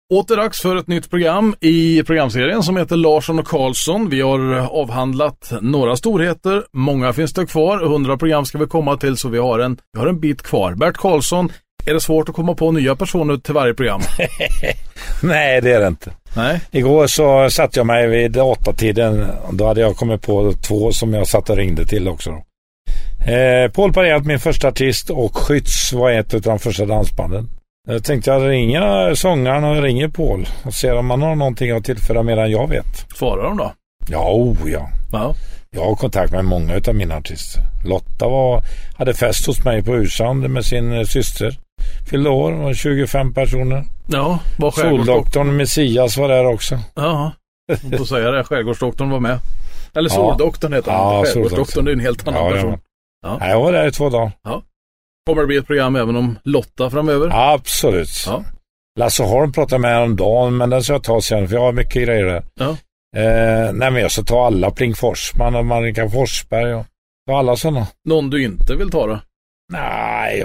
Åter dags för ett nytt program i programserien som heter Larsson och Karlsson. Vi har avhandlat några storheter, många finns det kvar, 100 program ska vi komma till, så vi har en bit kvar. Bert Karlsson, är det svårt att komma på nya personer till varje program? Nej, det är det inte. Nej. Igår så satt jag mig vid 8-tiden, då hade jag kommit på 2 som jag satt och ringde till också. Paul Paré, min första artist, och Skytts var ett av de första dansbanden. Jag tänkte jag ringer sångaren och ringer Paul och ser om man har någonting att tillföra mer än jag vet. Svarar de då? Ja. Ja. Jag har kontakt med många av mina artister. Lotta hade fest hos mig på Ursand med sin syster. Fyllde år, var 25 personer. Ja, var Soldoktorn Messias var där också. Ja, jag får säga det, Skärgårdsdoktorn var med. Eller Soldoktorn heter han. Ja, Skärgårdsdoktorn är en helt annan person. Ja. Jag var där i 2 dagar. Ja. Kommer det bli ett program även om Lotta framöver? Absolut. Ja. Lasse Holm pratade med om dagen, men den ska jag ta sen för jag har mycket grejer där. Ja. Nej, men jag ska ta alla, Pling Forsman och Marika Forsberg och ta alla sådana. Någon du inte vill ta då? Nej,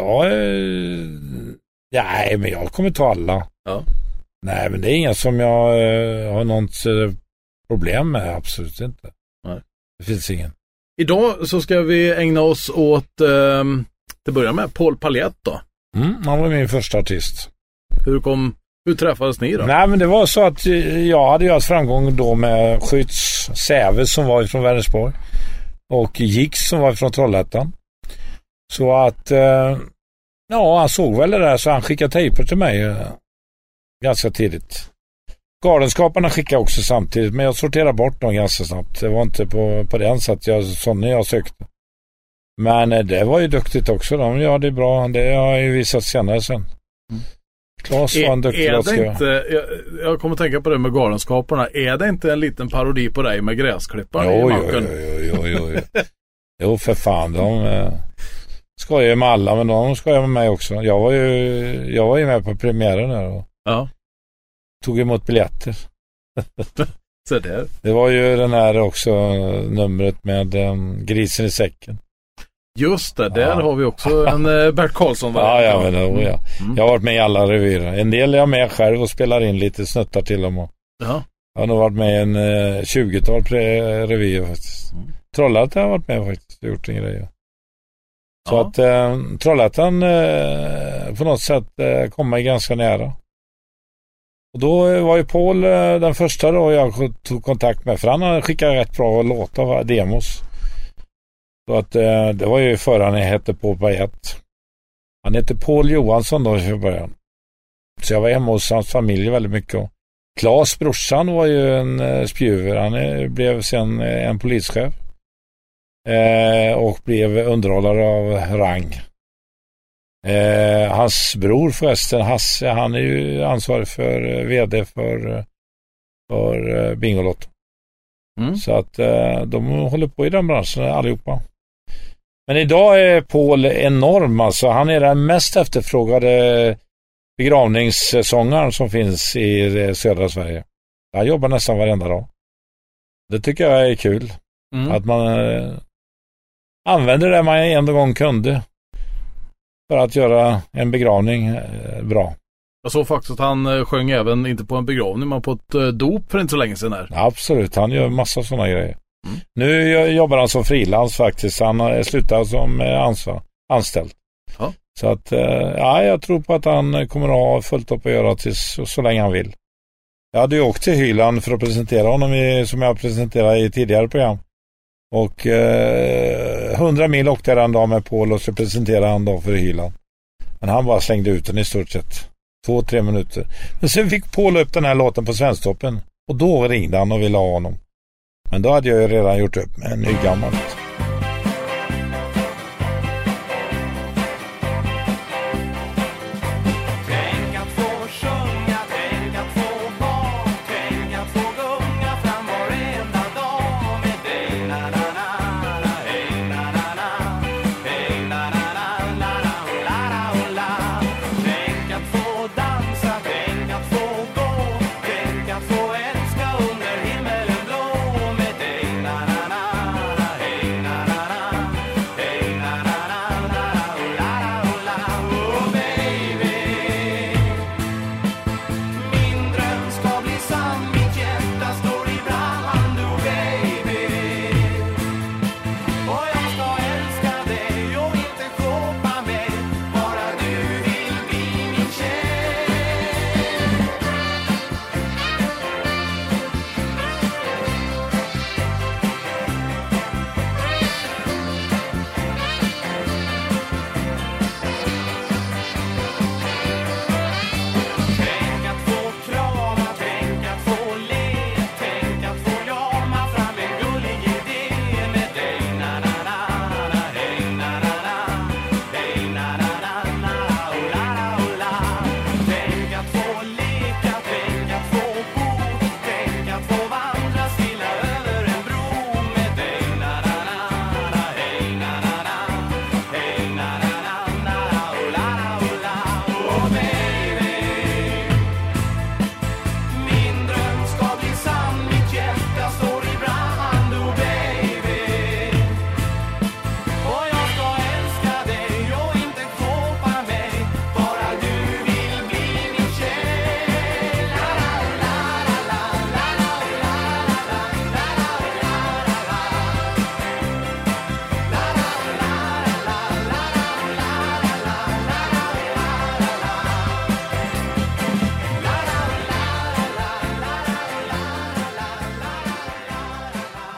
men jag kommer ta alla. Ja. Nej, men det är inga som jag har något problem med, absolut inte. Nej. Det finns ingen. Idag så ska vi ägna oss åt, till början med, Paul Palette då. Han var min första artist. Hur träffades ni då? Nej, men det var så att jag hade ju haft framgång då med Skytts, Säve som var från Vänersborg och Gix som var från Trollhättan. Så att han såg väl det där, så han skickade tejper till mig ganska tidigt. Galenskaparna skickade också samtidigt, men jag sorterade bort dem ganska snabbt. Det var inte på den så att jag sökte. Men det var ju duktigt också. De gör det bra. Det har ju visat senare sen. Klas var en duktig låtskriva. Jag kommer att tänka på det med Galenskaparna. Är det inte en liten parodi på dig med gräsklipparen i macken? Jo. Jo, för fan. De skojar ju med alla, men de skojar med mig också. Jag var ju med på premiären där och tog emot biljetter. Så där. Det var ju den här också numret med grisen i säcken. Just det, där har vi också en Bert Karlsson. Ja. Jag har varit med i alla revyer. En del är jag med själv och spelar in lite snuttar till dem. Ja. Jag har nog varit med i en 20-tal revyer faktiskt. Trollhättan har varit med faktiskt och gjort en grej. Så att Trollhättan på något sätt kom mig ganska nära. Och då var ju Paul den första då jag tog kontakt med, för han skickade rätt bra låtar, demos. Så att det var ju före han hette Paul Paré. Han hette Paul Johansson då i början. Så jag var hemma hos hans familj väldigt mycket. Och Klas, brorsan, var ju en spjuver. Han blev sen en polischef. Och blev underhållare av rang. Hans bror förresten, Hasse, han är ju ansvarig för vd för Bingolotto. Så att de håller på i den branschen allihopa. Men idag är Paul enorm, alltså. Han är den mest efterfrågade begravningssångaren som finns i södra Sverige. Han jobbar nästan varenda dag. Det tycker jag är kul. Att man använder det man en gång kunde för att göra en begravning bra. Jag såg faktiskt att han sjöng även, inte på en begravning, men på ett dop för inte så länge sedan här. Absolut, han gör massa sådana grejer. Nu jobbar han som frilans faktiskt. Han har slutat som anställd. Ja. Så att jag tror på att han kommer att ha fullt upp att göra tills så länge han vill. Jag hade ju åkt till Hyland för att presentera honom som jag presenterade i tidigare program. Och 100 mil åkte jag den dag med Paul och så presenterade han då för Hyland. Men han bara slängde ut den i stort sett 2-3 minuter. Men sen fick Paul upp den här låten på Svensktoppen. Och då ringde han och ville ha honom. Men då hade jag ju redan gjort upp med en ny gammal.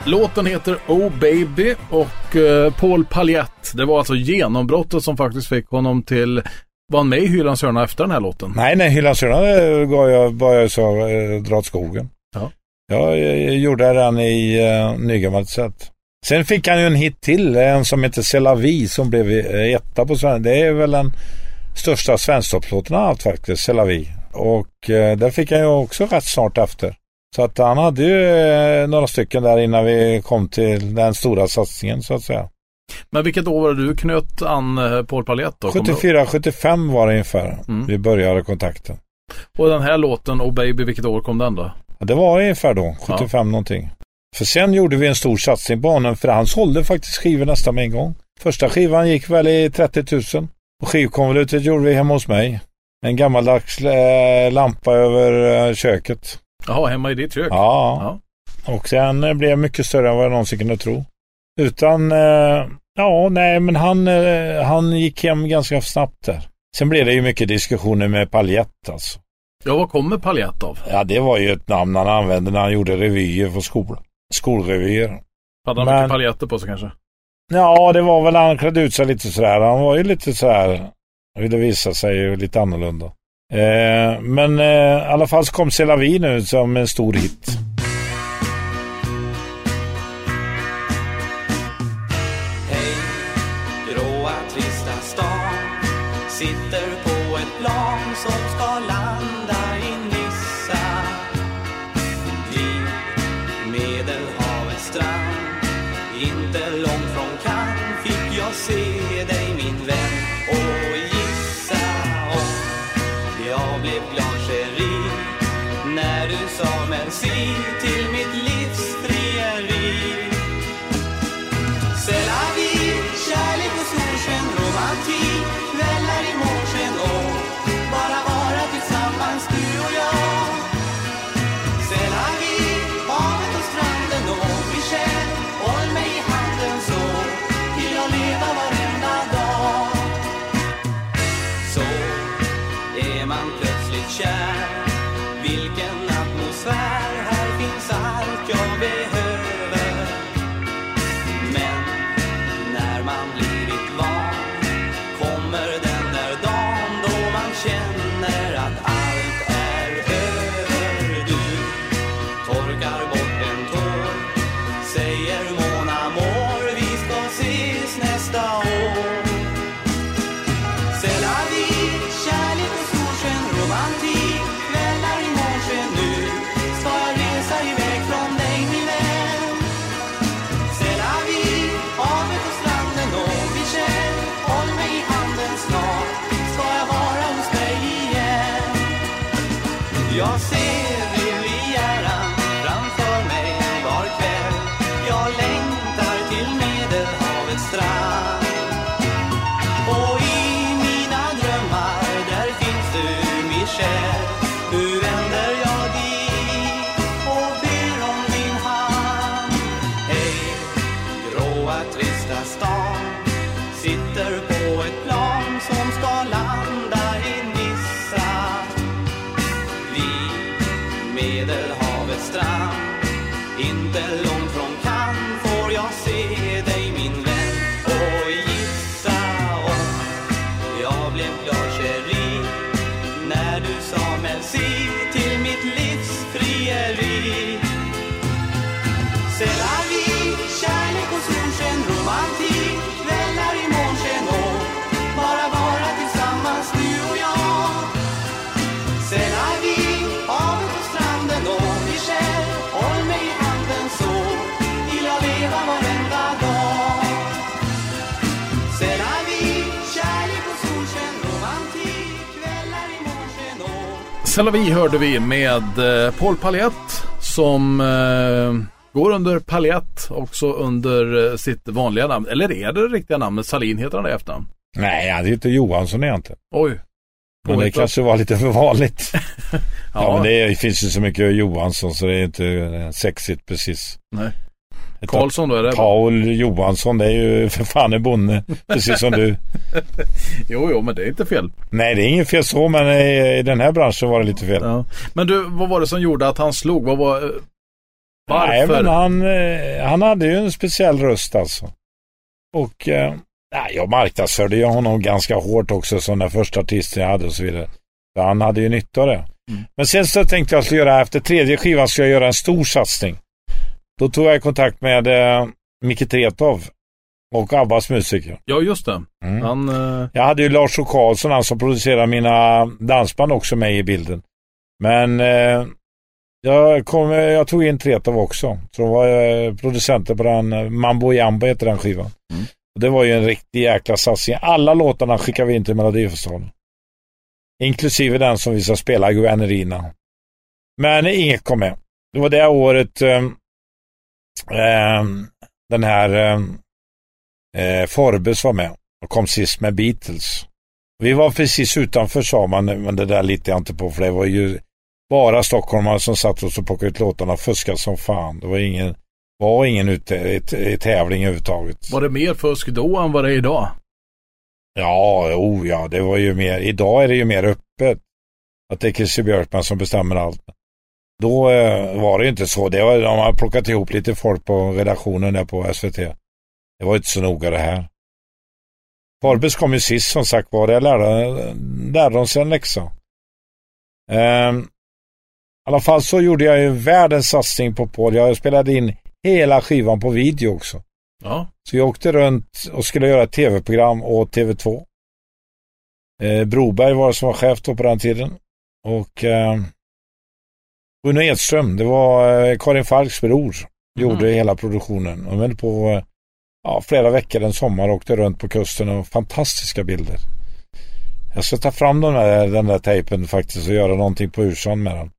Låten heter Oh Baby och Paul Paljett, det var alltså genombrottet som faktiskt fick honom till, var han med i Hylands hörna efter den här låten? Nej, Hylands hörna var jag så dra åt skogen. Ja. Jag gjorde den i nygammalt sätt. Sen fick han ju en hit till, en som heter C'est la vie, som blev etta på Sverige. Det är väl den största svensktoppslåten han haft faktiskt, C'est la vie. Och där fick han ju också rätt snart efter. Så att han hade ju några stycken där innan vi kom till den stora satsningen så att säga. Men vilket år var det du knöt an Paul Paljett då? 74-75 var det ungefär. Vi började kontakten. Och den här låten, Oh Baby, vilket år kom den då? Ja, det var ungefär då, 75 någonting. För sen gjorde vi en stor satsning på honom, för han sålde faktiskt skivor nästan med en gång. Första skivan gick väl i 30 000. Och skivkonvolutet gjorde vi hemma hos mig. En gammaldags lampa över köket. Jaha, hemma i ditt kök? Ja. Och sen blev mycket större än vad jag någonsin kunde tro. Utan, men han gick hem ganska snabbt där. Sen blev det ju mycket diskussioner med Paljett alltså. Ja, vad kommer Paljett av? Ja, det var ju ett namn han använde när han gjorde revyer på skolrevyer. Hade han mycket paljetter på sig kanske? Ja, det var väl, han klädde ut sig lite sådär. Han var ju lite sådär, ville visa sig lite annorlunda. Men i alla fall så kom C'est la vie nu som en stor hit. Hej, gråa trista stan, sitter på ett plan som ska landa i Nissa. Vid Medelhavets strand, inte långt från Cannes, fick jag se dig min vän. Och gissa om jag blev glad chéri när du sa merci till mitt livs frieri. C'est la vie, kärlek och solsken, romantik, kvällar i månsken och bara vara tillsammans du och jag. C'est la vie, havet och stranden och Michel, håll mig i handen så vill jag leva varenda dag. Så är man plötsligt kär, vilken atmosfär, här finns allt jag behöver. Men när man blivit van kommer den där dagen då man känner att allt är över. Du torkar bort en tår, säger mon amour, vi ska ses nästa år. C'est la vie, kärlek och solsken, romantik, kvällar i månsken, nu ska jag resa iväg från dig min vän. C'est la vie, havet och stranden och Michel, håll mig i handen snart, ska jag vara hos dig igen. Jag ser Rivieran framför mig var kväll, jag längtar till Medelhavets strand. Och i mina drömmar där finns du Michel, nu vänder jag dit och ber om din hand. Hej, gråa trista stan, sitter på ett plan som ska landa i Nissa. Vid Medelhavets strand, inte långt från Cannes, får jag se dig min vän. Och gissa om jag blev glad chéri när du sa merci till mitt livs frieri. C'est la vie, kärlek och solsken, romantik, kvällar i månsken och bara vara tillsammans du och jag. C'est la vie, havet och stranden och Michel, håll mig i handen så vill jag leva varenda dag. C'est la vie, kärlek och solsken, romantik, kvällar i månsken och... C'est la vie hörde vi med Paul Paljett som går under Paljett också under sitt vanliga namn. Eller är det riktiga namnet? Salin heter han det efternamn? Nej, han heter Johansson egentligen. Oj. Men det kanske var lite för vanligt. Ja, men det finns ju så mycket Johansson så det är inte sexigt precis. Nej. Karlsson då är det? Paul Johansson, det är ju för fan en bonde, precis som du. Jo, men det är inte fel. Nej, det är inget fel så, men i den här branschen var det lite fel. Ja. Men du, vad var det som gjorde att han slog? Varför? Nej, men han hade ju en speciell röst alltså. Och jag marknadsförde ju honom ganska hårt också som den första artisten jag hade och så vidare. Så han hade ju nytta av det. Men sen så tänkte jag skulle göra, efter tredje skivan ska jag göra en stor satsning. Då tog jag kontakt med Micke Tretow och Abbas musiker. Ja, just det. Jag hade ju Lars och Karlsson, han som producerade mina dansband, också med i bilden. Men jag tog in Tretow också. Så de var producenter på den, Mambo Jambo heter den skivan. Och det var ju en riktig jäkla satsning. Alla låtarna skickade vi in till Melodifestivalen. Inklusive den som vi ska spela, Guanerina. Men inget kom med. Det var det året den här Forbes var med och kom sist med Beatles. Vi var precis utanför, sa man, men det där litar jag inte på, för det var ju bara stockholmare som satt och så plockade ut låtarna och fuskade som fan. Det var ingen ute i tävling överhuvudtaget. Var det mer fusk då än vad det är idag? Ja, det var ju mer. Idag är det ju mer öppet. Att det är Christer Björkman som bestämmer allt. Då var det ju inte så. De har plockat ihop lite folk på redaktionen där på SVT. Det var inte så noga det här. Forbes kom ju sist, som sagt var. Det lärde de sig en läxa. I alla fall så gjorde jag ju världens satsning på Paul. Jag spelade in hela skivan på video också. Ja. Så jag åkte runt och skulle göra ett tv-program åt TV2. Broberg var det som var chef då på den tiden. Och Uno Edström, det var Karin Falks bror, gjorde hela produktionen. Och väl på flera veckor en sommar åkte runt på kusten och fantastiska bilder. Jag ska ta fram den där tejpen faktiskt och göra någonting på Ursson med den.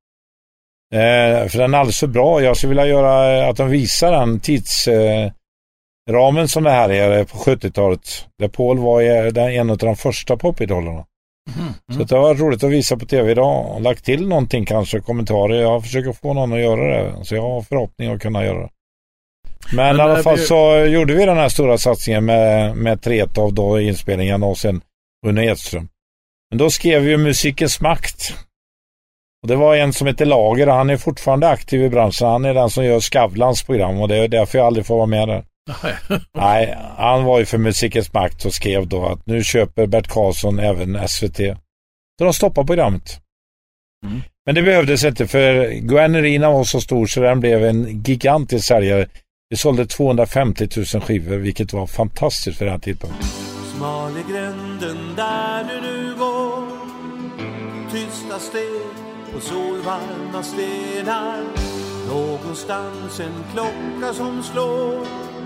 För den är alldeles för bra. Jag skulle vilja göra att de visar den tidsramen som det här är på 70-talet. Där Paul var en av de första popidolerna. Så det var roligt att visa på tv idag. Och lagt till någonting, kanske kommentarer. Jag försöker få någon att göra det. Så jag har förhoppning att kunna göra det. Men i alla fall så gjorde vi den här stora satsningen med Tretow då i inspelningen och sen Uno Edström. Men då skrev vi Musikens makt. Och det var en som heter Lager, han är fortfarande aktiv i branschen. Han är den som gör Skavlans program och det är därför jag aldrig får vara med där. Nej, han var ju för Musikens makt och skrev då att nu köper Bert Karlsson även SVT. Så de stoppade programmet. Men det behövdes inte, för Guanerina var så stor så den blev en gigantisk säljare. Vi sålde 250 000 skivor, vilket var fantastiskt för den här tidpunkten. Smal i gränden där du nu går, tysta steg och solvarma stenar. Någonstans en klocka som slår,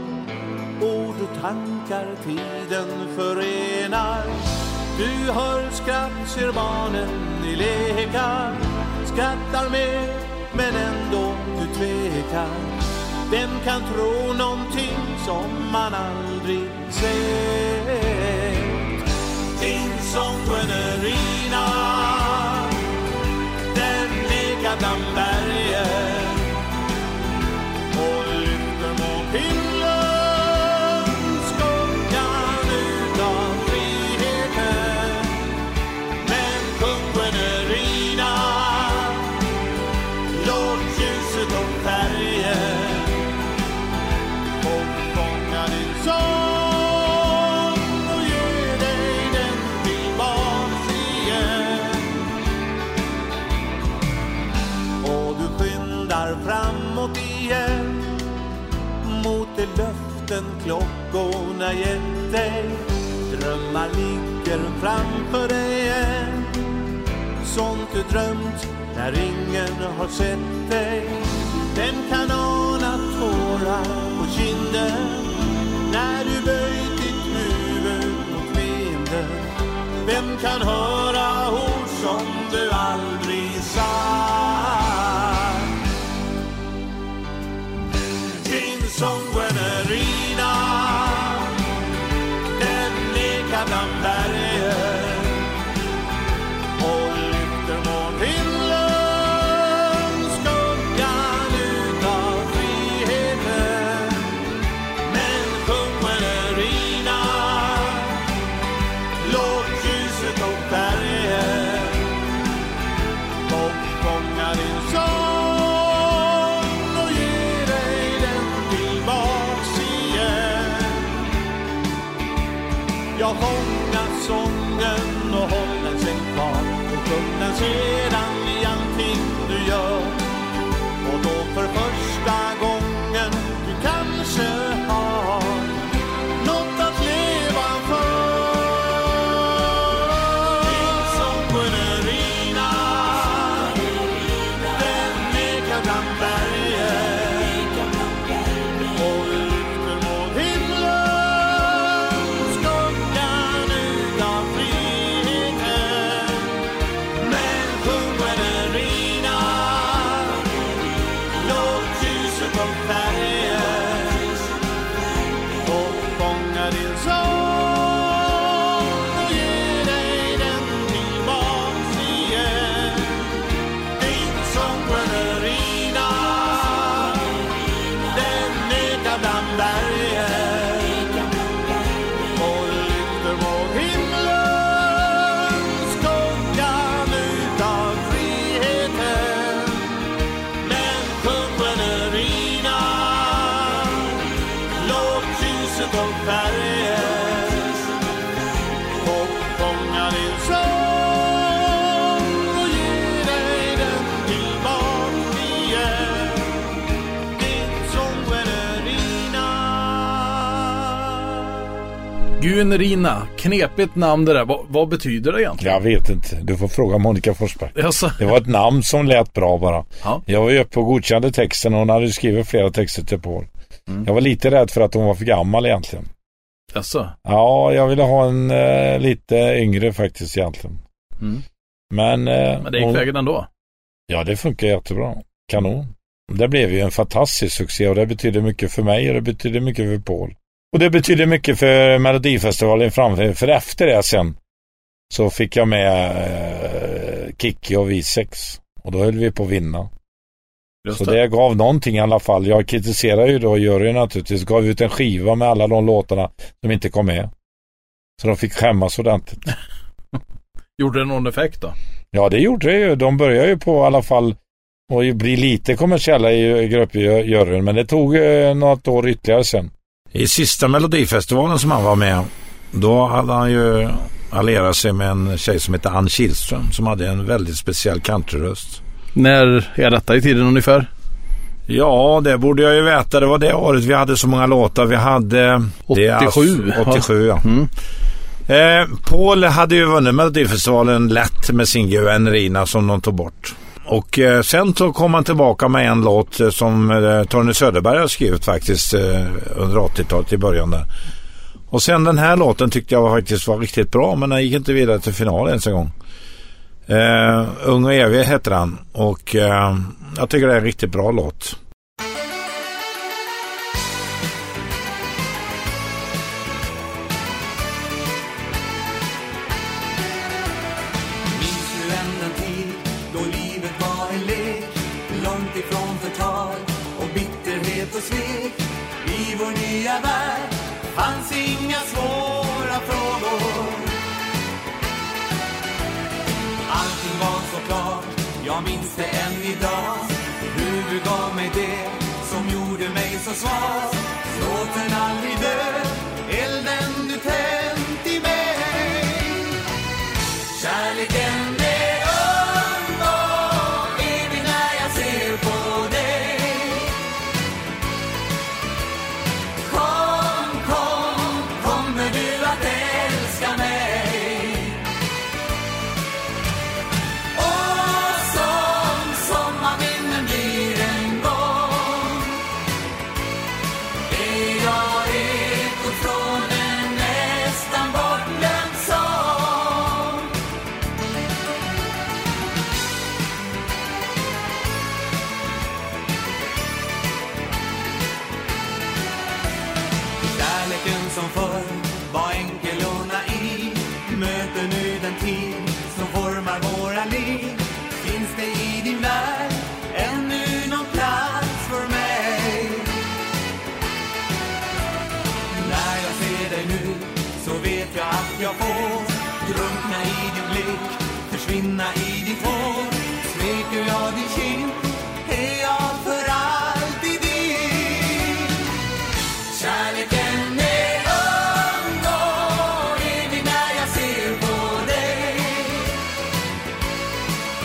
ord och tankar tiden förenar. Du hör skratt, ser barnen i lekar, skrattar med men ändå du tvekar. Vem kan tro någonting som man aldrig sett? Din sång Guanerina, den lekar bland bergen och lyfter mot himlen, skuggan utav friheten. Men sjung Guanerina, låt ljuset och färgen och fånga din sång och ge dig den tillbaks igen. Och du skyndar framåt igen mot de löften klockorna gett dig. Drömmar ligger framför dig igen, sånt du drömt när ingen har sett dig. Vem kan ana tårar på kinden när du böjt ditt huvud mot vinden? Vem kan höra ord som du aldrig sagt? Din sång Guanerina, den lekar bland bergen och lyfter mot himlen, skuggan utav friheten. Men sjung Guanerina, låt ljuset och färgen och fånga sedan i allting du gör. Och då för första gången du kanske har något att leva för. Din sånggunerina, den lekar bland bergen och lyfter mot himlen skuggan utav friheten. Men sjung gunerina, låt ljuset och färgen och fånga din sång och ge dig den tillbaks igen. Din sång gunerina, den lekar bland bergen och lyfter mot himlen skuggan utav friheten. Men sjung gunerina, låt ljuset och färgen och fånga din sång och ge dig den tillbaks igen. Din sång gunerina. Gunerina, knepigt namn det där. Vad betyder det egentligen? Jag vet inte. Du får fråga Monica Forsberg. Alltså, Det var ett namn som lät bra bara. ja. Jag var ju uppe och godkände texten och hon hade skrivit flera texter till Paul. Jag var lite rädd för att hon var för gammal egentligen. Alltså. Ja, jag ville ha en lite yngre faktiskt egentligen. Mm. Men Men det gick vägen ändå. ja, det funkar jättebra. Kanon. Det blev ju en fantastisk succé och det betyder mycket för mig och det betyder mycket för Paul. Och det betyder mycket för Melodifestivalen framför. För efter det sen så fick jag med Kikki och V6. Och då höll vi på att vinna. Just Så det gav någonting i alla fall. Jag kritiserar ju då juryn naturligtvis. Gav ut en skiva med alla de låtarna som inte kom med. Så de fick skämmas ordentligt. Gjorde det någon effekt då? Ja, det gjorde det ju. De börjar ju på i alla fall och bli lite kommersiella i gruppjuryn. Men det tog något år ytterligare sen. I sista Melodifestivalen som han var med, då hade han ju allierat sig med en tjej som heter Ann Kihlström som hade en väldigt speciell countryröst. När är detta i tiden ungefär? Ja, det borde jag ju veta. Det var det året vi hade så många låtar. Vi hade 87. 87, ja. Paul hade ju vunnit Melodifestivalen lätt med sin Gunerina som de tog bort. Och sen så kom han tillbaka med en låt som Tony Söderberg har skrivit faktiskt under 80-talet i början där. Och sen den här låten tyckte jag faktiskt var riktigt bra, men den gick inte vidare till final ens en gång. Ung och evig heter han och jag tycker det är en riktigt bra låt. Minns du en tid då livet var en lek, långt ifrån förtal och bitterhet och svek. I vår nya värld fanns inga svåra frågor. Allting var så klart, jag minns det än idag. Hur du gav mig det som gjorde mig så svag. Låt den aldrig dö, elden du tänt i mig. Kärleken är ung och evig när jag ser på dig. Kom, kom, kommer du att älska mig. Och som sommarminnen blir en gång, är jag ekot från en nästan bortglömd sång. Kärleken som förr var enkel och naiv möter nu den tid som formar våra liv. Finns det i din värld ännu någon plats för mig? När jag ser dig nu så vet jag att jag får drunkna i din blick, försvinna i ditt hår. Smeker jag din kind är jag för alltid din. Kärleken är ung och evig när jag ser på dig.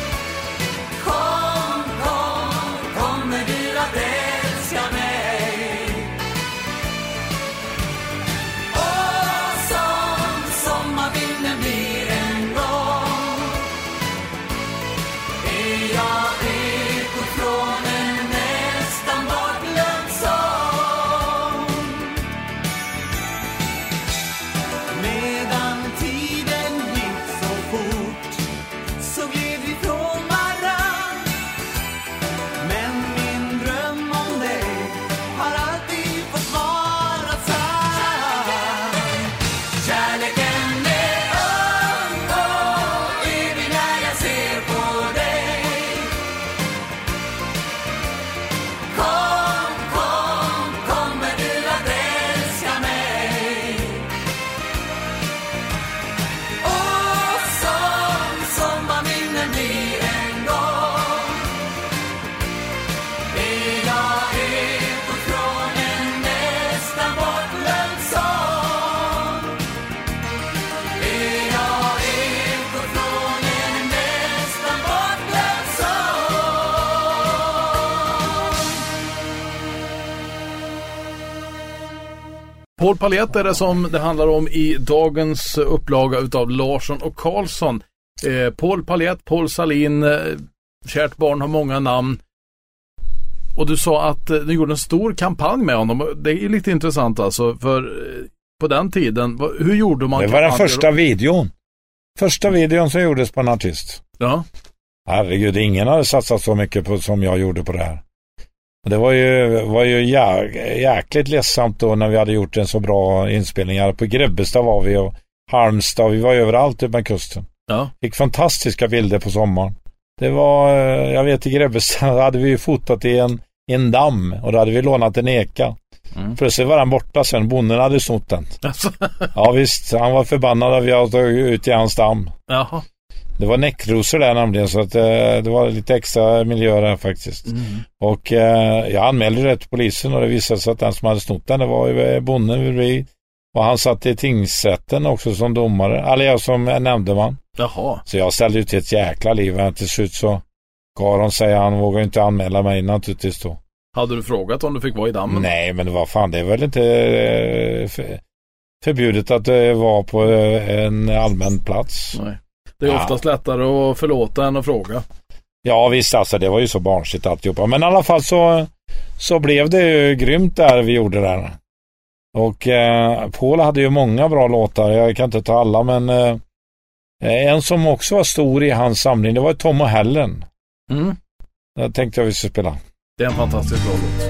Paul Palette är det som det handlar om i dagens upplaga utav Larsson och Karlsson. Paul Palette, Paul Salin, kärt barn har många namn. Och du sa att du gjorde en stor kampanj med honom. Det är lite intressant alltså, för på den tiden, hur gjorde man? Det var den första videon. Första videon som gjordes på en artist. Ja. Herregud, ingen hade satsat så mycket på som jag gjorde på det här. Det var ju jäkligt ledsamt då när vi hade gjort en så bra inspelningar. På Grebbestad var vi och Halmstad, vi var överallt med kusten. Ja. Fick fantastiska bilder på sommaren. Det var, jag vet i Grebbestad hade vi ju fotat i en damm och då hade vi lånat en eka. Plötsligt var den borta sen, bonden hade snott den. Ja visst, han var förbannad att vi hade tagit ut i hans damm. Jaha. Det var näckrosor där nämligen, så att det var lite extra miljö där faktiskt. Och jag anmälde det till polisen och det visade sig att den som hade snott den, det var ju bonden vid. Och han satt i tingsrätten också som domare, eller jag som nämndeman. Jaha. Så jag ställde ut ett jäkla liv. Till slut så Garon säger han vågar inte anmäla mig naturligtvis då. Hade du frågat om du fick vara i dammen? Nej, men vad fan, det är väl inte förbjudet att vara på en allmän plats. Nej. Det är oftast lättare att förlåta än att fråga. Ja visst, alltså det var ju så barnsligt alltihopa. Men i alla fall så blev det ju grymt där vi gjorde där. Och Paul hade ju många bra låtar. Jag kan inte ta alla, men en som också var stor i hans samling, det var Tom och Helen. Jag tänkte jag vi skulle spela. Det är en fantastisk bra låt.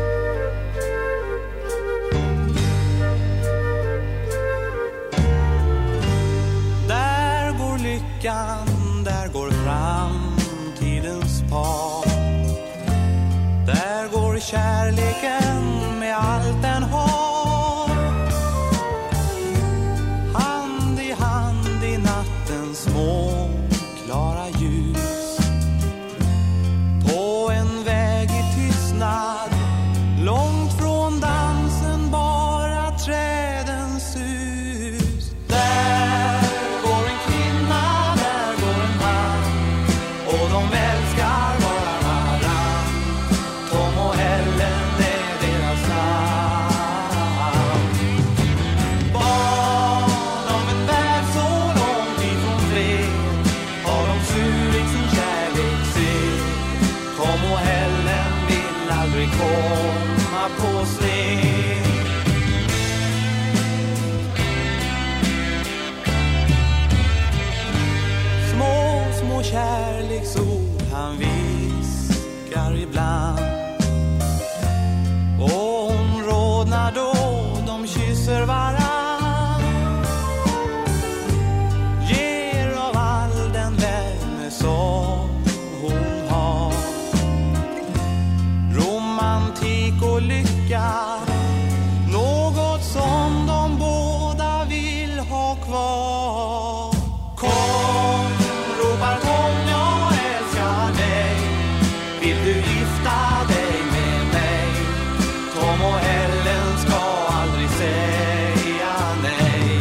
Där går lyckan, där går framtidens par. Där går kärleken med allt den har. Hand i hand i nattens små klara ljus. På en väg i tystnad, långt från dansen, bara trädens sus. Där går en kvinna, där går en man, och de älskar bara varann. Tom och Helen är deras namn. Barn av en värld så långt ifrån fred, har de surit sin kärlek sed. Tom och Helen vill aldrig komma på sned. Små, små kärleksord han viskar ibland. Och hon rodnar då de kysser varann. Ger av all den värme som hon har. Romantik och lycka, något som de båda vill ha kvar. Kom, ropar Tom, jag älskar dig. Vill du gifta dig med mig? Tom och Helen ska aldrig säga nej.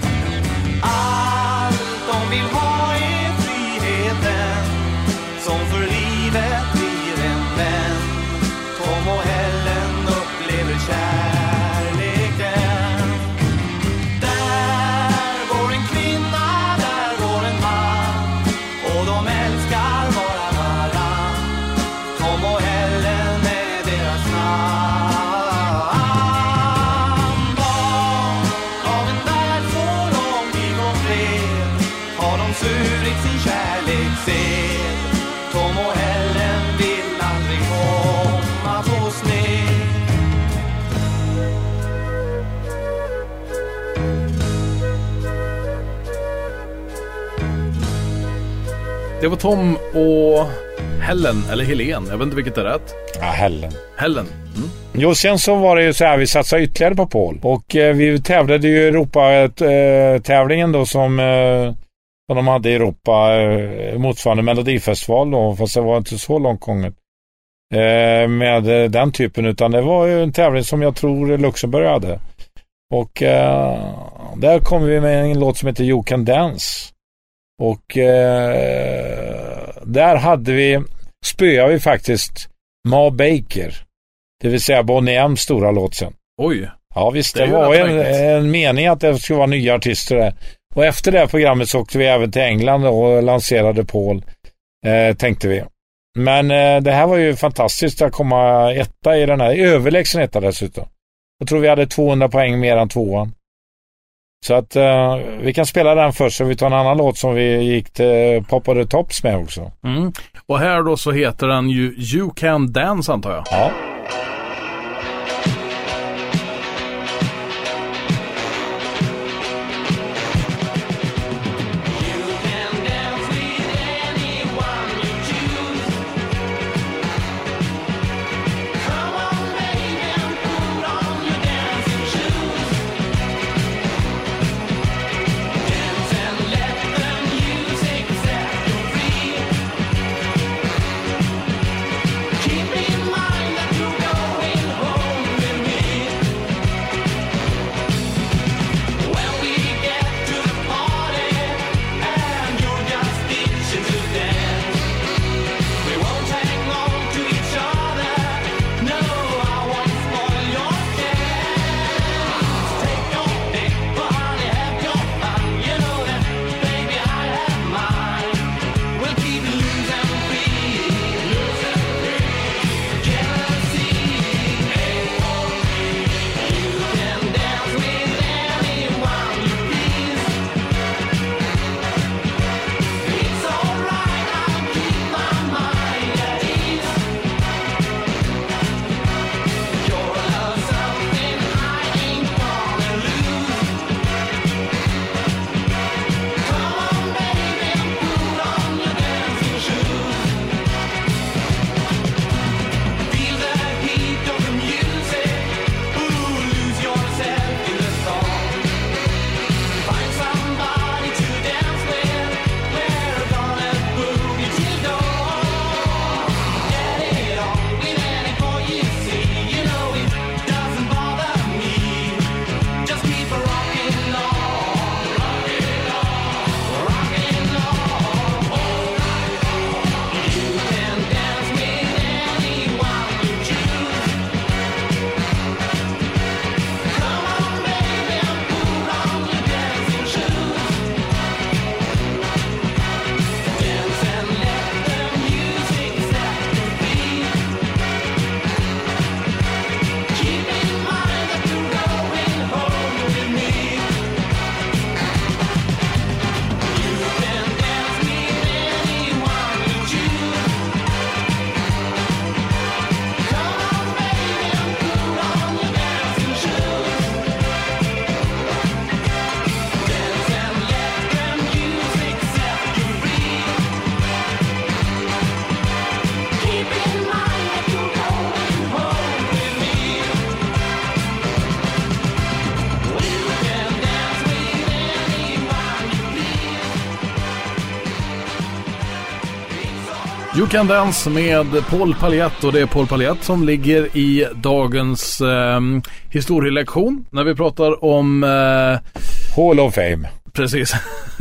Allt de vill ha är friheten, som för livet blir en vän. Tom och Helen upplever kärleken. Där går en kvinna, där går en man, och de älskar bara varann. Tom och Helen är deras namn. Barn av en värld så långt ifrån fred, har de surit sin kärlek sed. Tom och Helen vill aldrig komma på sned. Det var Tom och Helen, eller Helen, jag vet inte vilket är rätt. Ja, Helen. Helen. Jo, sen så var det ju så här, vi satsade ytterligare på Paul. Och vi tävlade ju i Europa-tävlingen då som de hade i Europa, motsvarande Melodifestival då, fast det var inte så långt gånget med den typen, utan det var ju en tävling som jag tror Luxemburg hade. Och där kom vi med en låt som heter You Can Dance. Och där spöade vi faktiskt Ma Baker, det vill säga Bonnie M's stora låt sen. Oj. Ja visst, Det det är var ju en mening att det skulle vara nya artister där. Och efter det programmet så åkte vi även till England och lanserade Paul, tänkte vi. Men det här var ju fantastiskt att komma etta i den här, överlägsen etta dessutom. Jag tror vi hade 200 poäng mer än tvåan. Så att vi kan spela den först, så vi tar en annan låt som vi gick till Pop of the Tops med också. Och här då så heter den ju You Can Dance, antar jag. Ja. You Can Dance med Paul Paljett, och det är Paul Paljett som ligger i dagens historielektion när vi pratar om Hall of Fame. Precis.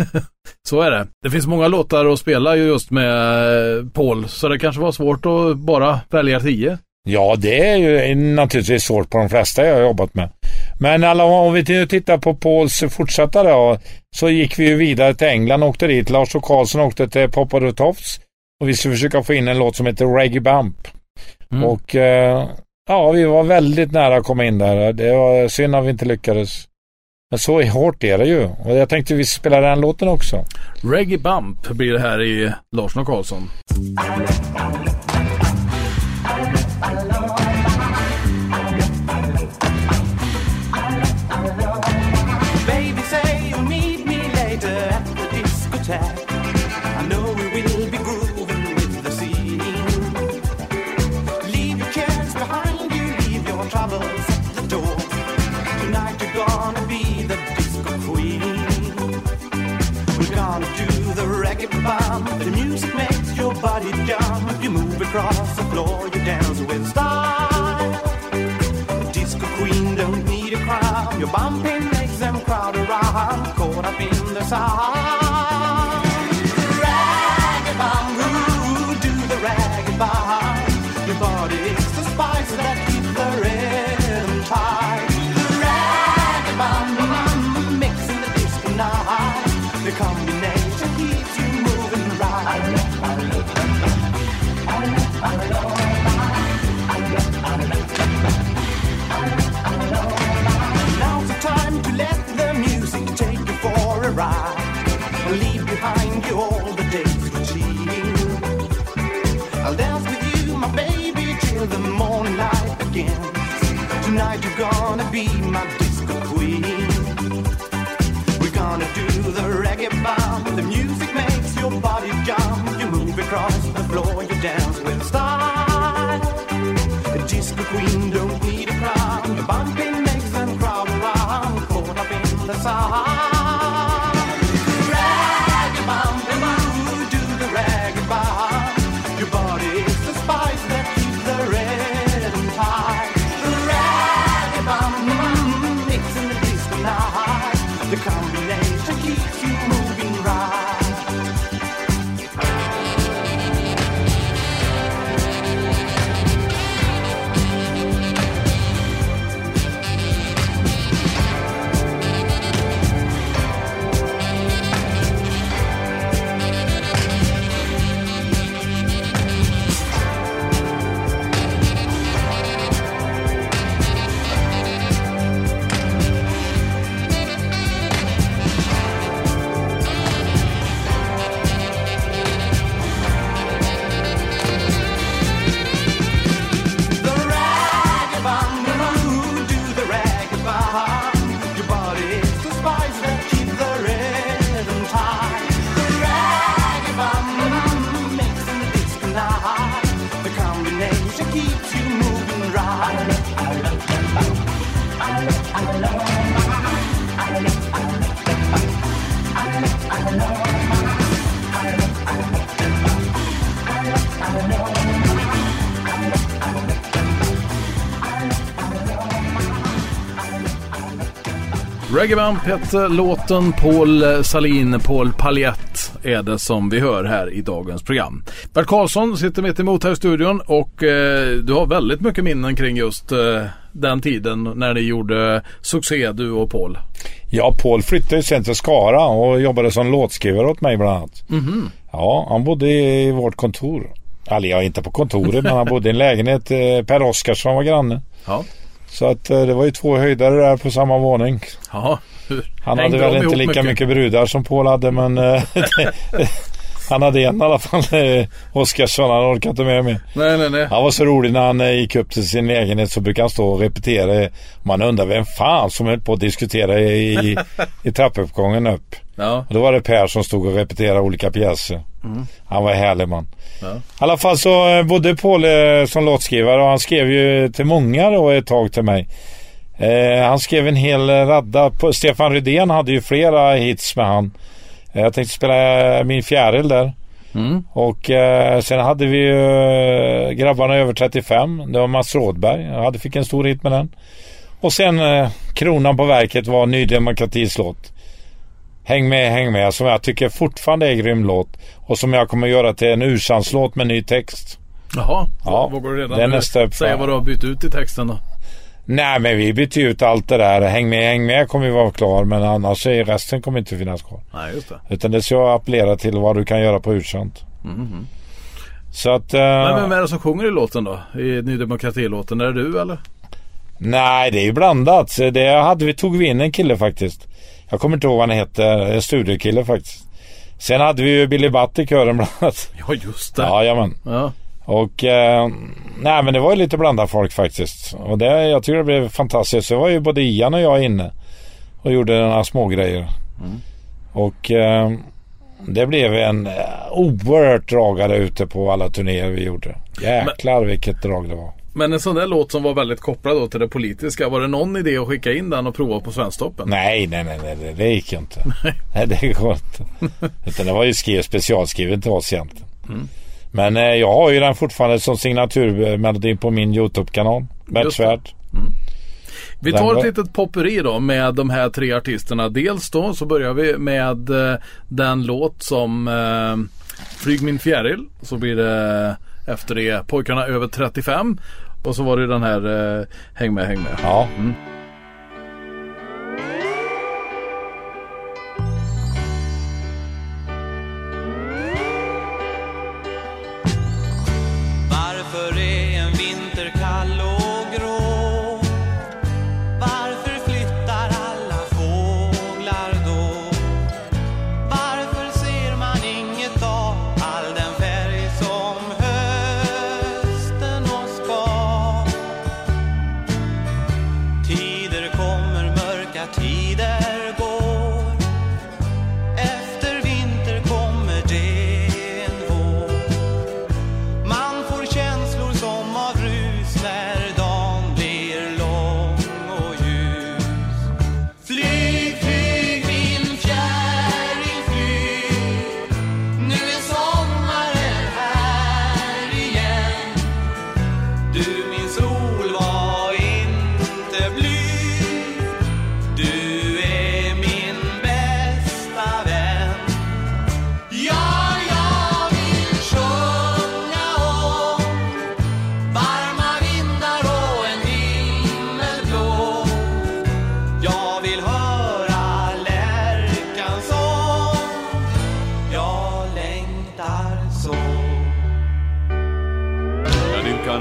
Så är det. Det finns många låtar att spela just med Paul, så det kanske var svårt att bara välja 10. Ja, det är ju naturligtvis svårt på de flesta jag har jobbat med. Men om vi tittar på Pauls fortsatta då, så gick vi ju vidare till England och åkte dit. Lars och Karlsson åkte till Pop of the Tops och vi skulle försöka få in en låt som heter Reggae Bump. Och ja, vi var väldigt nära att komma in där. Det var synd att vi inte lyckades. Men så hårt är det ju. Och jag tänkte vi spelar den låten också. Reggae Bump blir det här i Larsson och Karlsson. Baby, say you'll meet me later at the discotheque. I know we will be grooving with the scene. Leave your cares behind you, leave your troubles at the door. Tonight you're gonna be the disco queen. We're gonna do the reggae bump. The music makes your body jump. You move across the floor, you dance with style. The disco queen don't need a crown. Your bumping makes them crowd around, caught up in the sound. Reggae bump, ooh, do the reggae bump. Your body is the spice that keeps the rhythm tight. The tonight you're gonna be my disco queen. We're gonna do the reggae bomb. The music makes your body jump. You move across the floor, you dance with style. A disco queen don't need a crown. The bumping makes them crowd around, caught up in the sound. Reggae bomb, do the reggae bomb. Your body is the spice that keeps the rhythm tight. The reggae bomb, mixing the disco night. The combination keeps you moving right. Reggae Bump heter låten. Paul Salin, Paul Paljett är det som vi hör här i dagens program. Bert Karlsson sitter mitt emot här i studion och du har väldigt mycket minnen kring just den tiden när ni gjorde succé, du och Paul. Ja, Paul flyttade ju sen till Skara och jobbade som låtskrivare åt mig bland annat. Mm-hmm. Ja, han bodde i vårt kontor. Eller jag inte på kontoret, men han bodde i en lägenhet. Per Oskarsson var granne. Ja. Så att det var ju 2 höjdare där på samma våning. Ja. Han hade väl inte lika mycket brudar som Paul hade, men han hade en i alla fall. Oskarsson, han orkade inte med mig. Nej. Han var så rolig när han gick upp till sin lägenhet, så brukade han stå och repetera. Man undrar vem fan som höll på att diskutera i trappuppgången upp. Ja. Och då var det Per som stod och repeterade olika pjäser. Mm. Han var härlig man. Ja. I alla fall så bodde Paul som låtskrivare, och han skrev ju till många då ett tag till mig. Han skrev en hel radda på Stefan Rydén, hade ju flera hits med han. Jag tänkte spela Min fjäril där. Mm. Och sen hade vi Grabbarna över 35. Det var Mats Rådberg. Jag fick en stor hit med den. Och sen kronan på verket var Ny Demokratis låt. Häng med, som jag tycker fortfarande är grym låt. Och som jag kommer göra till en ursanslåt med ny text. Jaha, ja, vågar du redan säga vad du har bytt ut i texten då? Nej, men vi bytte ut allt det där. Häng med kommer vi vara klar, men annars är resten kommer inte finnas kvar. Nej, just det. Utan det ska appellera till vad du kan göra på ursant. Mm-hmm. Så att... Men vem är det som sjunger i låten då? I Ny Demokrati-låten? Är det du eller? Nej, det är ju blandat. Tog vi in en kille faktiskt. Jag kommer inte ihåg vad han heter. En studiekille faktiskt. Sen hade vi ju Billy Butt i kören bland annat. Ja, just det. Jajamän. Ja. Och nej, men det var ju lite blandat folk faktiskt. Och jag tycker det blev fantastiskt. Så var ju både Ian och jag inne och gjorde några små grejer. Mm. Och det blev en oerhört dragare ute på alla turnéer vi gjorde. Jäklar vilket drag det var. Men en sån där låt som var väldigt kopplad då till det politiska, var det någon idé att skicka in den och prova på Svensktoppen? Nej, det gick ju inte. Nej, det gick inte. Utan det var ju specialskrivet till oss egentligen. Mm. Men jag har ju den fortfarande som signaturmelodi på min YouTube-kanal. Bertsvärd. Mm. Vi tar ett litet popperi då med de här 3 artisterna. Dels då så börjar vi med den låt som Flyg min fjäril. Så blir det efter det Pojkarna över 35. Och så var det den här Häng med. Ja. Mm. Varför är en vinter kall och grå? Varför flyttar alla fåglar då? Varför ser man inget av all den färg som hösten oss gav?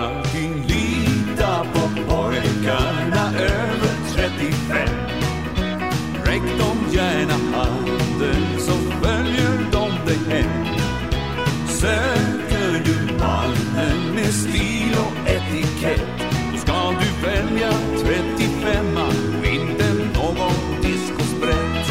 grabbarna, lita på pojkarna över 35. Räck dem gärna handen så följer de dig hem. Söker du mannen med stil och etikett, då ska du välja 35 och inte någon diskosprätt.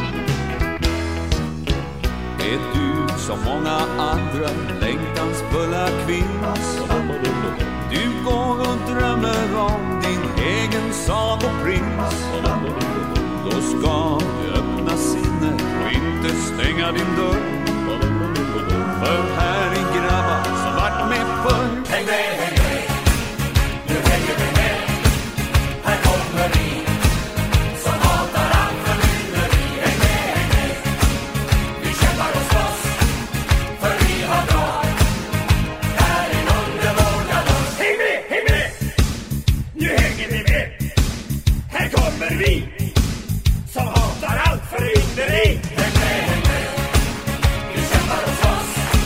Är du som många andra längtansfulla kvinnas, du går och drömmer om din egen sagoprins, då ska du öppna sinnet och inte stänga din dörr. För här är grabbar som vart med förr. Häng med, nu hänger vi med. Här kommer vi som hatar allt för lyneri. Häng med, vi kämpar och slåss för vi har drag. Här är under vår galosch. Häng med, nu hänger vi med. Här kommer vi som hatar allt för lyneri. Häng med, vi kämpar och slåss.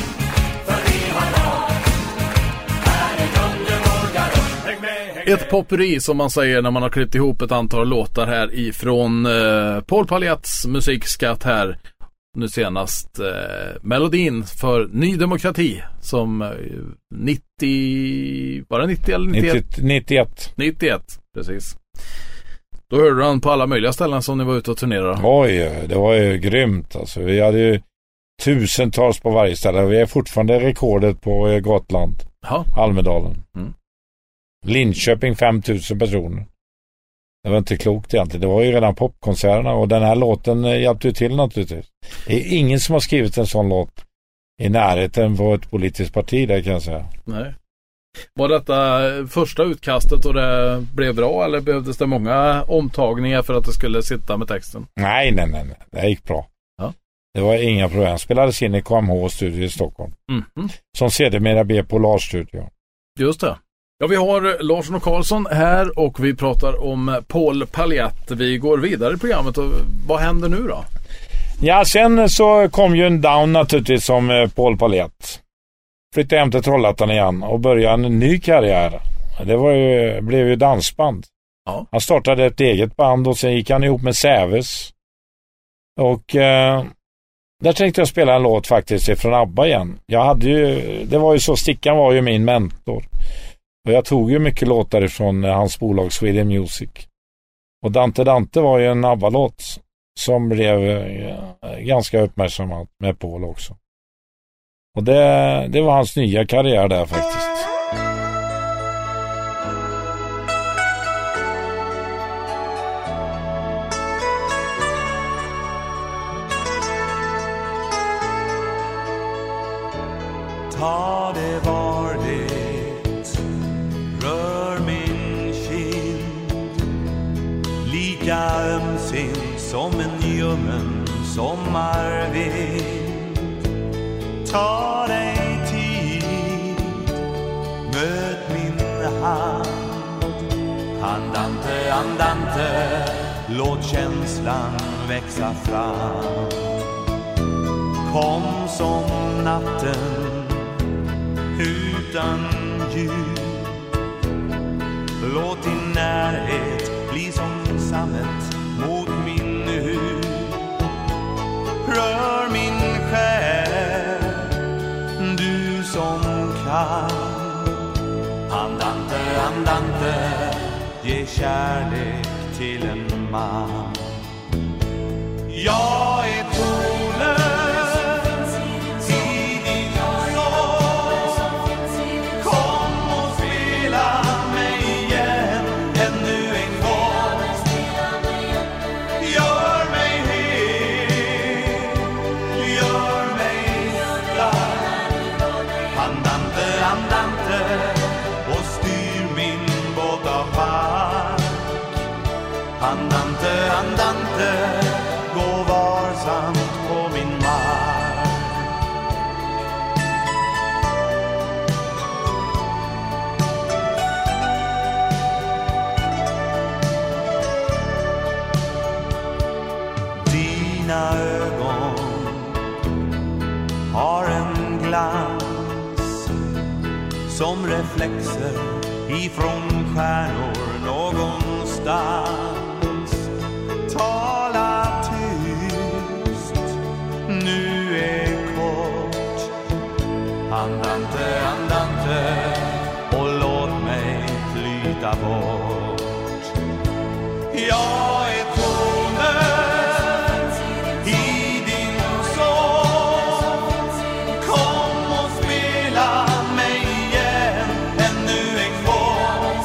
Ett popperi som man säger när man har klippt ihop ett antal låtar här ifrån Paul Paljats musikskatt här. Nu senast melodin för Ny Demokrati som 90, var det 90 eller 91? 91, precis. Då hörde han på alla möjliga ställen som ni var ute och turnerade. Oj, det var ju grymt alltså. Vi hade ju tusentals på varje ställe. Vi är fortfarande rekordet på Gotland. Almedalen. Linköping 5000 personer. Det var inte klokt egentligen. Det var ju redan popkonserterna och den här låten hjälpte ju till naturligtvis. Det är ingen som har skrivit en sån låt i närheten på ett politiskt parti där kan jag säga. Nej. Var detta första utkastet och det blev bra eller behövdes det många omtagningar för att det skulle sitta med texten? Nej. Det gick bra. Ja. Det var inga problem. Spelades in i KMH-studio i Stockholm. Som sedermera blev Polarstudion. Just det. Ja, vi har Larsson och Karlsson här och vi pratar om Paul Paljat. Vi går vidare i programmet och vad händer nu då? Ja, sen så kom ju en down naturligtvis som Paul Paljat. Flyttade hem till Trollhättan igen och började en ny karriär. Det blev ju dansband. Ja. Han startade ett eget band och sen gick han ihop med Säves. Och där tänkte jag spela en låt faktiskt ifrån ABBA igen. Det var ju så, Stickan var ju min mentor. Och jag tog ju mycket låtar ifrån hans bolag Sweden Music. Och Dante Dante var ju en ABBA-låt som blev ganska uppmärksammat med Paul också. Och det var hans nya karriär där faktiskt. Ta det varligt, rör min kind, lika ömsint som en ljummen sommarvind. Ta dig tid, möt min hand, andante, andante, låt känslan växa fram. Kom som natten utan ljud, låt din närhet bli som sammet mot min hud. Rör min själ, du som kan, andante, andante, ge kärlek till en man. Jag är trolös andante, andante, gå varsamt på min mark. Dina ögon har en glans som reflexer ifrån stjärnor någonstans. Tala tyst, nu är kort. Andante, andante, och låt mig flyta bort. Jag är tonen i din sång. Kom och spela mig igen ännu en gång.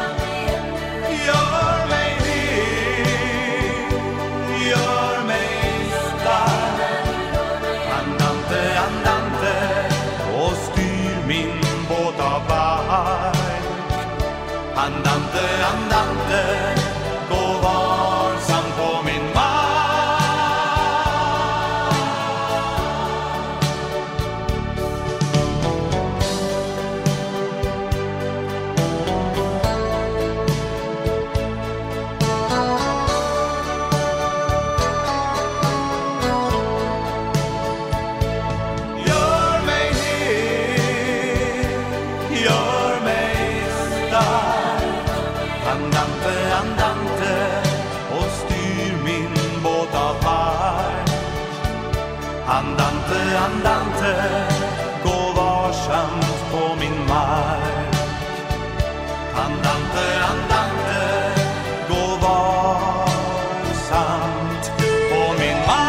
Gör mig hel, gör mig stark. Andante, andante, och styr min båt av bark. Andante, andante, gå varsamt på min Gör mig hel, gör mig stark. Andante, andante, och styr min båt av bark. Andante, andante, gå varsamt på min mark. Andante, andante, gå varsamt på min mark.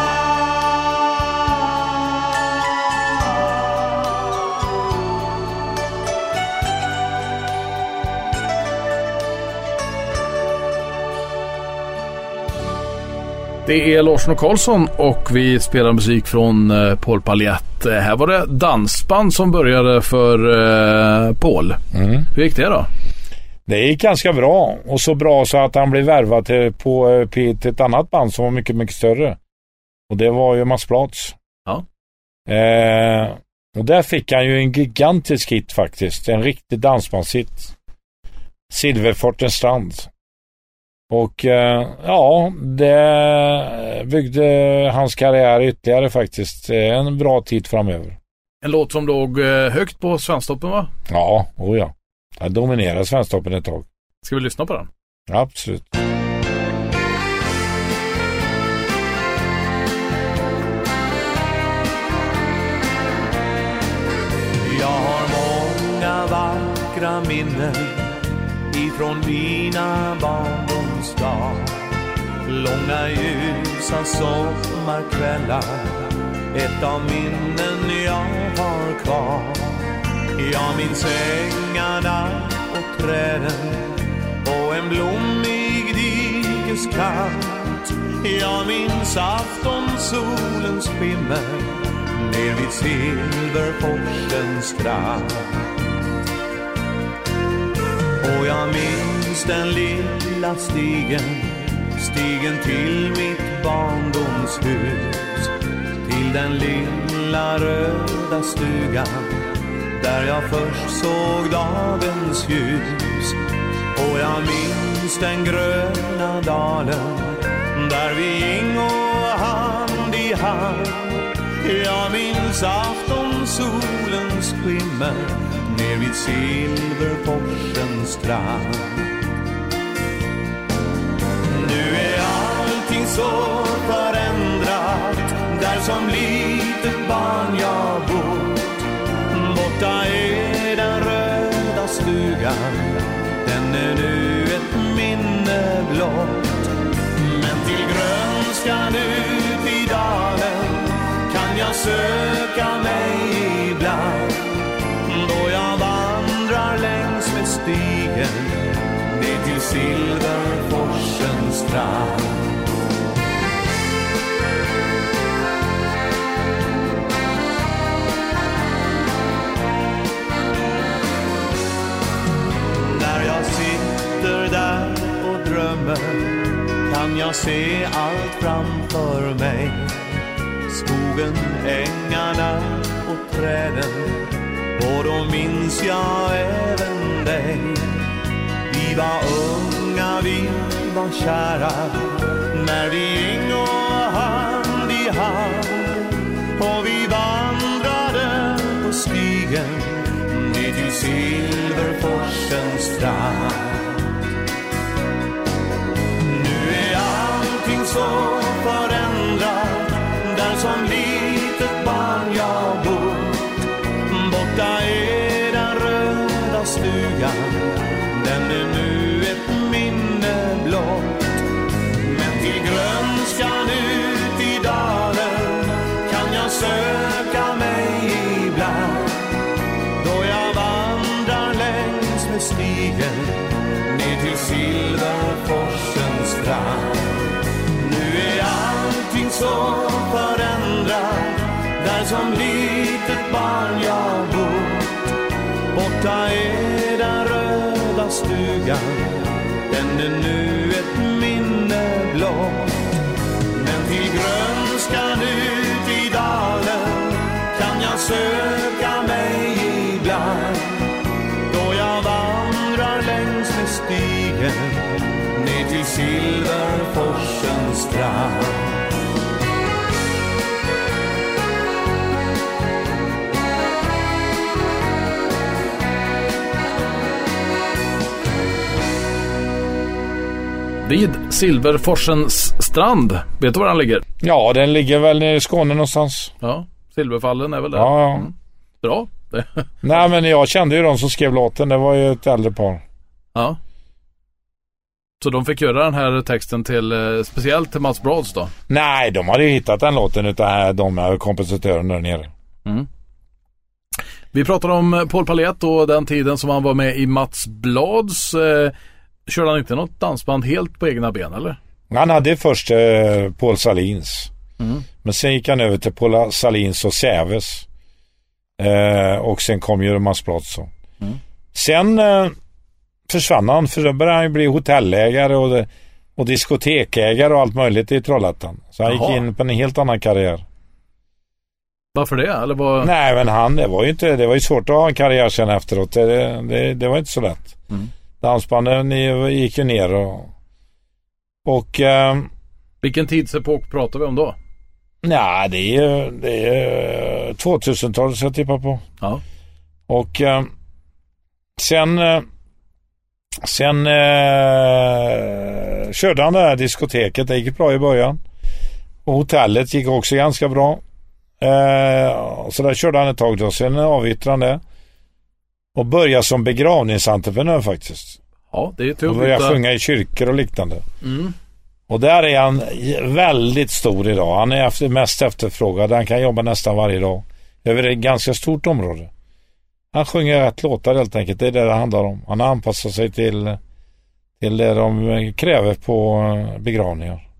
Det är Larsson och Karlsson och vi spelar musik från Paul Paljett. Här var det dansband som började för Paul. Hur gick det då? Det gick ganska bra, och så bra så att han blev värvad till ett annat band som var mycket, mycket större. Och det var ju Mats Plats. Ja. Och där fick han ju en gigantisk hit faktiskt. En riktig dansbandshit. Silverfortens strand. Och ja, det byggde hans karriär ytterligare faktiskt. En bra tid framöver. En låt som låg högt på Svensktoppen, va? Ja, ja. Jag dominerade Svensktoppen ett tag. Ska vi lyssna på den? Absolut. Jag har många vackra minnen ifrån dina barndomsdag. Långa ljusa sommarkvällar, ett av minnen jag har kvar. Jag minns ängarna och träden och en blommig dikeskant. Jag minns aftonsolens skimmer ner vid Silverforsens strand. Och jag minns den lilla stigen till mitt barndomshus, till den lilla röda stugan där jag först såg dagens ljus. Och jag minns den gröna dalen där vi gingo hand i hand. Jag minns aftonsolens skimmer ner vid Silverforsens strand. Nu är allting så förändrat där som litet barn jag bott. Borta är den röda stugan, den är nu ett minne blott. Men till grönskan ut i dalen kan jag söka mig ibland, då jag vandrar längs med stigen ner till Silverforsens strand. När jag sitter där och drömmer kan jag se allt framför mig. Skogen, ängarna och träden, och då minns jag även dig. Vi var unga, vi var kära, när vi gingo hand i hand. Och vi vandrade på stigen ner till Silverforsens strand. Nu är allting så förändrat, där som litet barn jag bor. Borta är den röda stugan, den är nu ett minne blott. Men till grönskan ut i dalen kan jag söka mig ibland, då jag vandrar längs med stigen ner till Silverforsens strand. Nu är allting så förändrat, där som litet barn jag bor. Borta är den röda stugan, den är nu ett minne blott. Men till grönskan ut i dalen kan jag söka mig ibland, då jag vandrar längs med stigen ner till Silverforsens strand. Vid Silverforsens strand, vet du var den ligger? Ja, den ligger väl nere i Skåne någonstans. Ja, Silverfallen är väl där. Ja, ja. Bra. Nej, men jag kände ju de som skrev låten. Det var ju ett äldre par. Ja. Så de fick göra den här texten till speciellt till Mats Brads då? Nej, de hade ju hittat den låten utan de är kompositören där nere. Mm. Vi pratar om Paul Palett och den tiden som han var med i Mats Blads. Körde han inte något dansband helt på egna ben, eller? Han hade först Paul Salins. Mm. Men sen gick han över till Paul Salins och Säves. Och sen kom ju Mats Blads. Mm. Sen försvann han, för då började han bli hotellägare och diskotekägare och allt möjligt i Trollhättan. Så han gick in på en helt annan karriär. Varför det? Eller var... Nej, men det var ju svårt att ha en karriär sen efteråt. Det var inte så lätt. Mm. Dansbanden gick ju ner och vilken tidsepok pratar vi om då? Nej, det är 2000-talet så jag tippar på. Ja. Och sen körde han det här diskoteket. Det gick bra i början. Och hotellet gick också ganska bra. Så där körde han ett tag då. Sen avyttrade han det. Och började som begravningsentreprenör faktiskt. Ja, det är tur. Och började sjunga i kyrkor och liknande. Mm. Och där är han väldigt stor idag. Han är mest efterfrågad. Han kan jobba nästan varje dag. Över ett ganska stort område. Han sjunger rätt låtar helt enkelt. Det är det handlar om. Han anpassar sig till det de kräver på begravningar.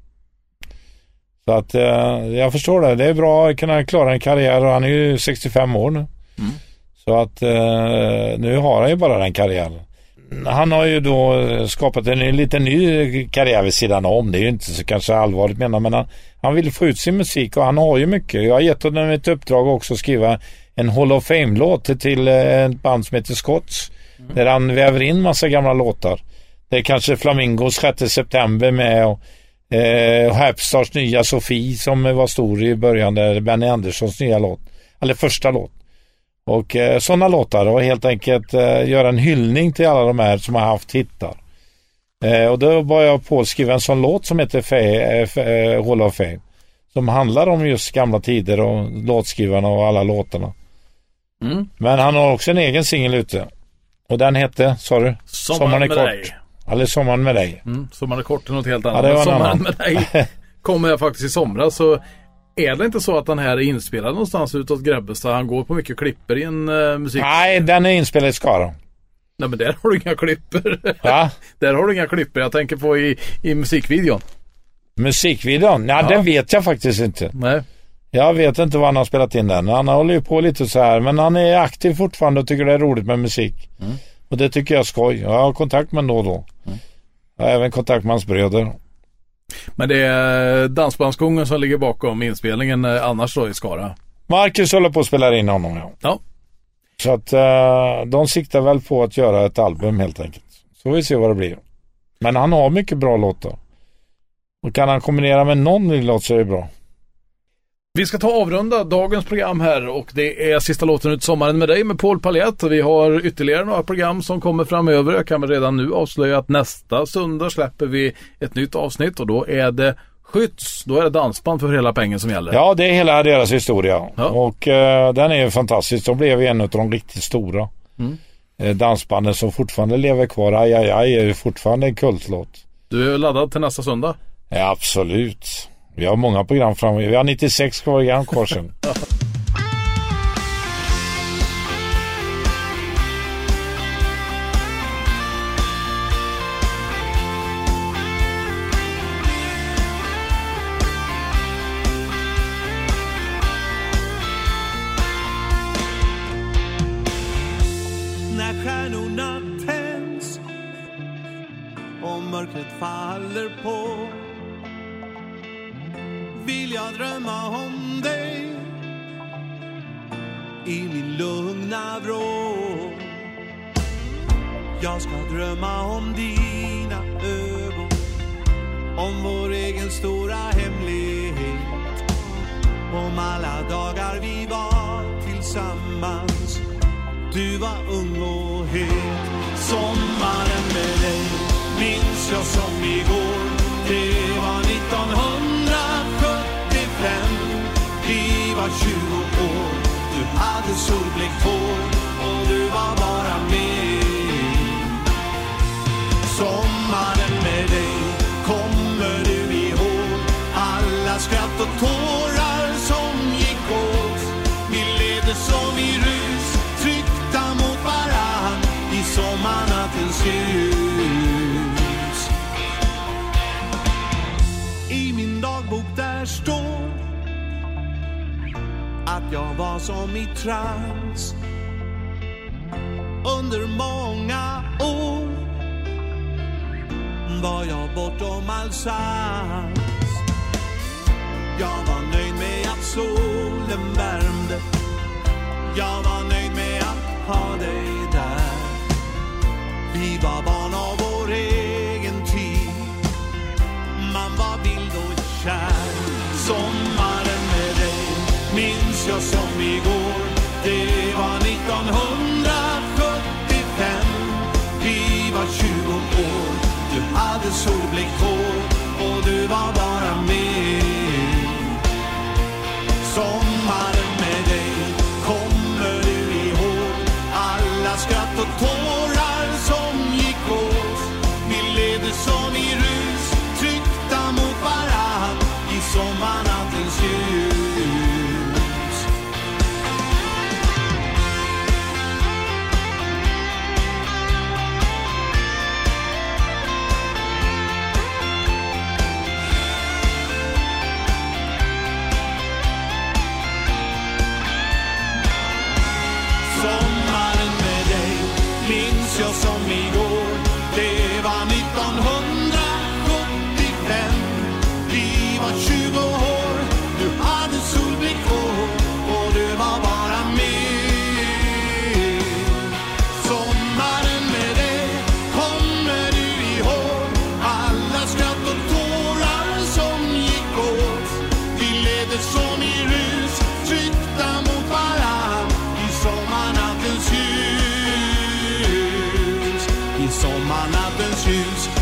Så att jag förstår det. Det är bra att kunna klara en karriär. Och han är ju 65 år nu. Mm. Så att nu har han ju bara den karriären. Han har ju då skapat en lite ny karriär vid sidan om. Det är ju inte så kanske allvarligt menar, men han vill få ut sin musik och han har ju mycket. Jag har gett honom ett uppdrag också att skriva en Hall of Fame-låt till en band som heter Scotts. Mm. Där han väver in massa gamla låtar. Det är kanske Flamingos 6 september med och Harpstars nya Sofie som var stor i början, där Benny Anderssons nya låt. Eller första låt. Och sådana låtar och helt enkelt göra en hyllning till alla de här som har haft hittar. Och då var jag på att skriva en sån låt som heter Hall of Fame. Som handlar om just gamla tider och låtskrivarna och alla låtarna. Mm. Men han har också en egen singel ute. Och den hette, sa du? Sommaren med kort. dig. Eller Sommaren med dig. Sommaren är kort är något helt annat. Ja, det var Sommaren med dig kommer jag faktiskt i somras. Så är det inte så att den här är inspelad någonstans utåt Grebbestad? Han går på mycket klipper i en musik. Nej, den är inspelad i Skara. Nej, men där har du inga klipper. Ja? Där har du inga klipper. Jag tänker på i musikvideon. Musikvideon? Nej, ja. Den vet jag faktiskt inte. Nej. Jag vet inte vad han har spelat in den. Han håller ju på lite så här. Men han är aktiv fortfarande och tycker det är roligt med musik. Mm. Och det tycker jag är skoj. Jag har kontakt med honom då. Mm. Jag har även kontakt med hans bröder. Men det är Dansbandskungen som ligger bakom inspelningen annars då i Skara. Marcus håller på att spela in honom, ja. Ja. Så att de siktar väl på att göra ett album helt enkelt. Så vi ser vad det blir. Men han har mycket bra låtar. Och kan han kombinera med någon låt så är det bra. Vi ska ta avrunda dagens program här och det är sista låten ut sommaren med dig med Paul Paljett. Vi har ytterligare några program som kommer framöver. Jag kan väl redan nu avslöja att nästa söndag släpper vi ett nytt avsnitt och då är det Skytts, då är det dansband för hela pengen som gäller. Ja, det är hela deras historia. Ja. Och den är ju fantastisk. De blev en av de riktigt stora dansbanden som fortfarande lever kvar. Aj, är ju fortfarande en kultlåt. Du är laddad till nästa söndag? Ja, absolut. Vi har många program framme. Vi har 96 program kvar sen. När stjärnorna tänds och mörkret faller på vill jag drömma om dig i min lugna vrå. Jag ska drömma om dina ögon, om vår egen stora hemlighet, om alla dagar vi var tillsammans. Du var ung och het. Sommaren med dig minns jag som igår. Det var 1975. Vi var 20 år. Du hade solblekt hår och du var bara med. Sommaren med dig kommer du ihåg. Alla skratt och tårar som gick åt. Vi levde som i rus, tryckta mot varann i sommarnattens ljus. I min dagbok där står att jag var som i trans under många år. Var jag bortom all sans. Jag var nöjd med att solen värmde. Jag var nöjd med att ha dig där. Vi var barn av vår egen tid. Man var vild och kär. Sommaren med dig minns jag som igår. Det var 1975. Vi var 20 år. Du hade solblekt hår och du var bara med. Sommaren med dig kommer du ihåg. Alla skratt och tårar som gick åt. Vi levde som i rus, tryckta mot varann i sommarnattens ljus. Sommaren med dig minns jag som igår. Det var 1975. Vi var 20 år. Du hade solblekt hår och du var bara med. Sommaren med dig kommer du ihåg. Alla skratt och tårar som gick åt. Vi levde som i rus, tryckta mot varann i sommarnattens ljus. I sommarnattens ljus.